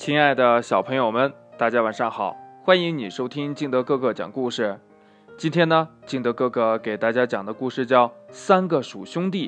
亲爱的小朋友们，大家晚上好，欢迎你收听金德哥哥讲故事。今天呢，金德哥哥给大家讲的故事叫《三个鼠兄弟》。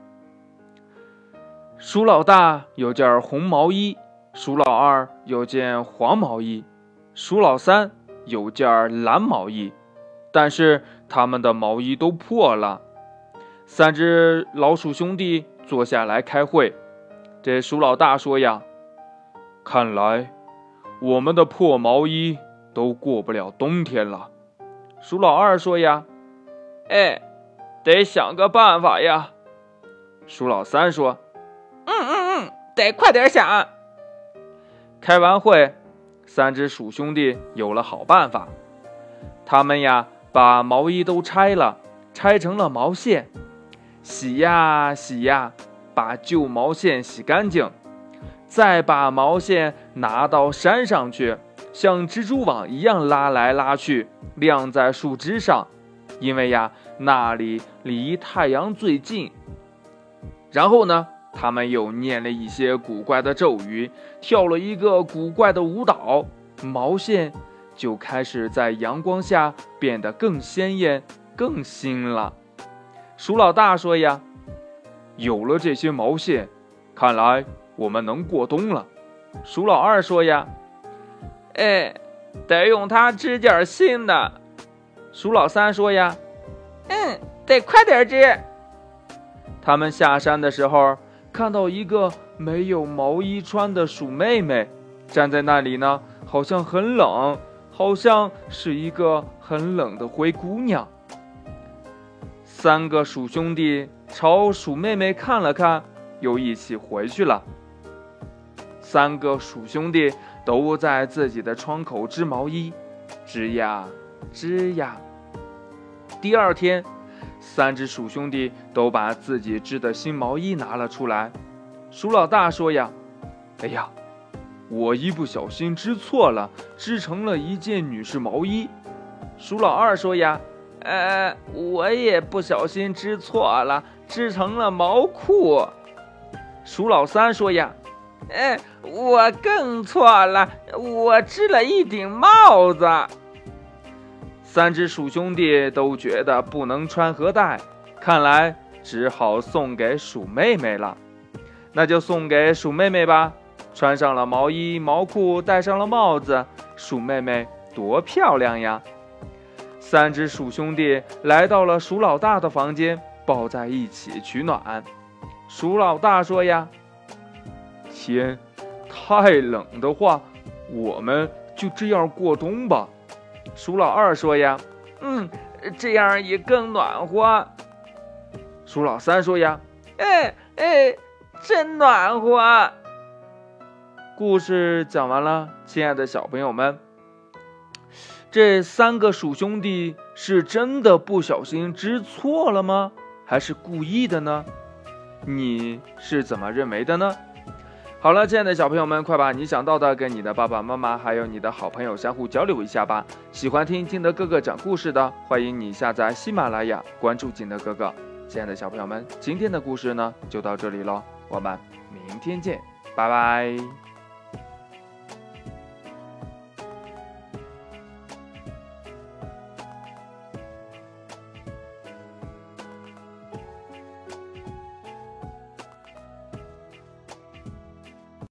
鼠老大有件红毛衣，鼠老二有件黄毛衣，鼠老三有件蓝毛衣，但是他们的毛衣都破了。三只老鼠兄弟坐下来开会，这鼠老大说呀，看来我们的破毛衣都过不了冬天了。鼠老二说呀，得想个办法呀。鼠老三说， 得快点想。 开完会，三只鼠兄弟有了好办法。他们呀，把毛衣都拆了，拆成了毛线，洗呀洗呀，把旧毛线洗干净，再把毛线拿到山上去，像蜘蛛网一样拉来拉去，晾在树枝上，因为呀，那里离太阳最近。然后呢，他们又念了一些古怪的咒语，跳了一个古怪的舞蹈，毛线就开始在阳光下变得更鲜艳、更新了。鼠老大说呀，有了这些毛线，看来我们能过冬了。鼠老二说呀， 得用它织件新的。 鼠老三说呀， 得快点织。 他们下山的时候，看到一个没有毛衣穿的鼠妹妹站在那里呢，好像很冷，好像是一个很冷的灰姑娘。三个鼠兄弟朝鼠妹妹看了看，又一起回去了。三个鼠兄弟都在自己的窗口织毛衣，织呀织呀。第二天，三只鼠兄弟都把自己织的新毛衣拿了出来。鼠老大说呀，我一不小心织错了，织成了一件女士毛衣。鼠老二说呀， 我也不小心织错了，织成了毛裤。 鼠老三说呀， 我更错了，我织了一顶帽子。 三只鼠兄弟都觉得不能穿盒带，看来只好送给鼠妹妹了。那就送给鼠妹妹吧，穿上了毛衣毛裤，戴上了帽子，鼠妹妹多漂亮呀。三只鼠兄弟来到了鼠老大的房间，抱在一起取暖。鼠老大说呀，天太冷的话，我们就这样过冬吧。鼠老二说呀， 这样也更暖和。 鼠老三说呀， 真暖和。 故事讲完了，亲爱的小朋友们，这三个鼠兄弟是真的不小心织错了吗？还是故意的呢？你是怎么认为的呢？好了，亲爱的小朋友们，快把你想到的跟你的爸爸妈妈还有你的好朋友相互交流一下吧。喜欢听金德哥哥讲故事的，欢迎你下载喜马拉雅，关注金德哥哥。亲爱的小朋友们，今天的故事呢就到这里了，我们明天见，拜拜。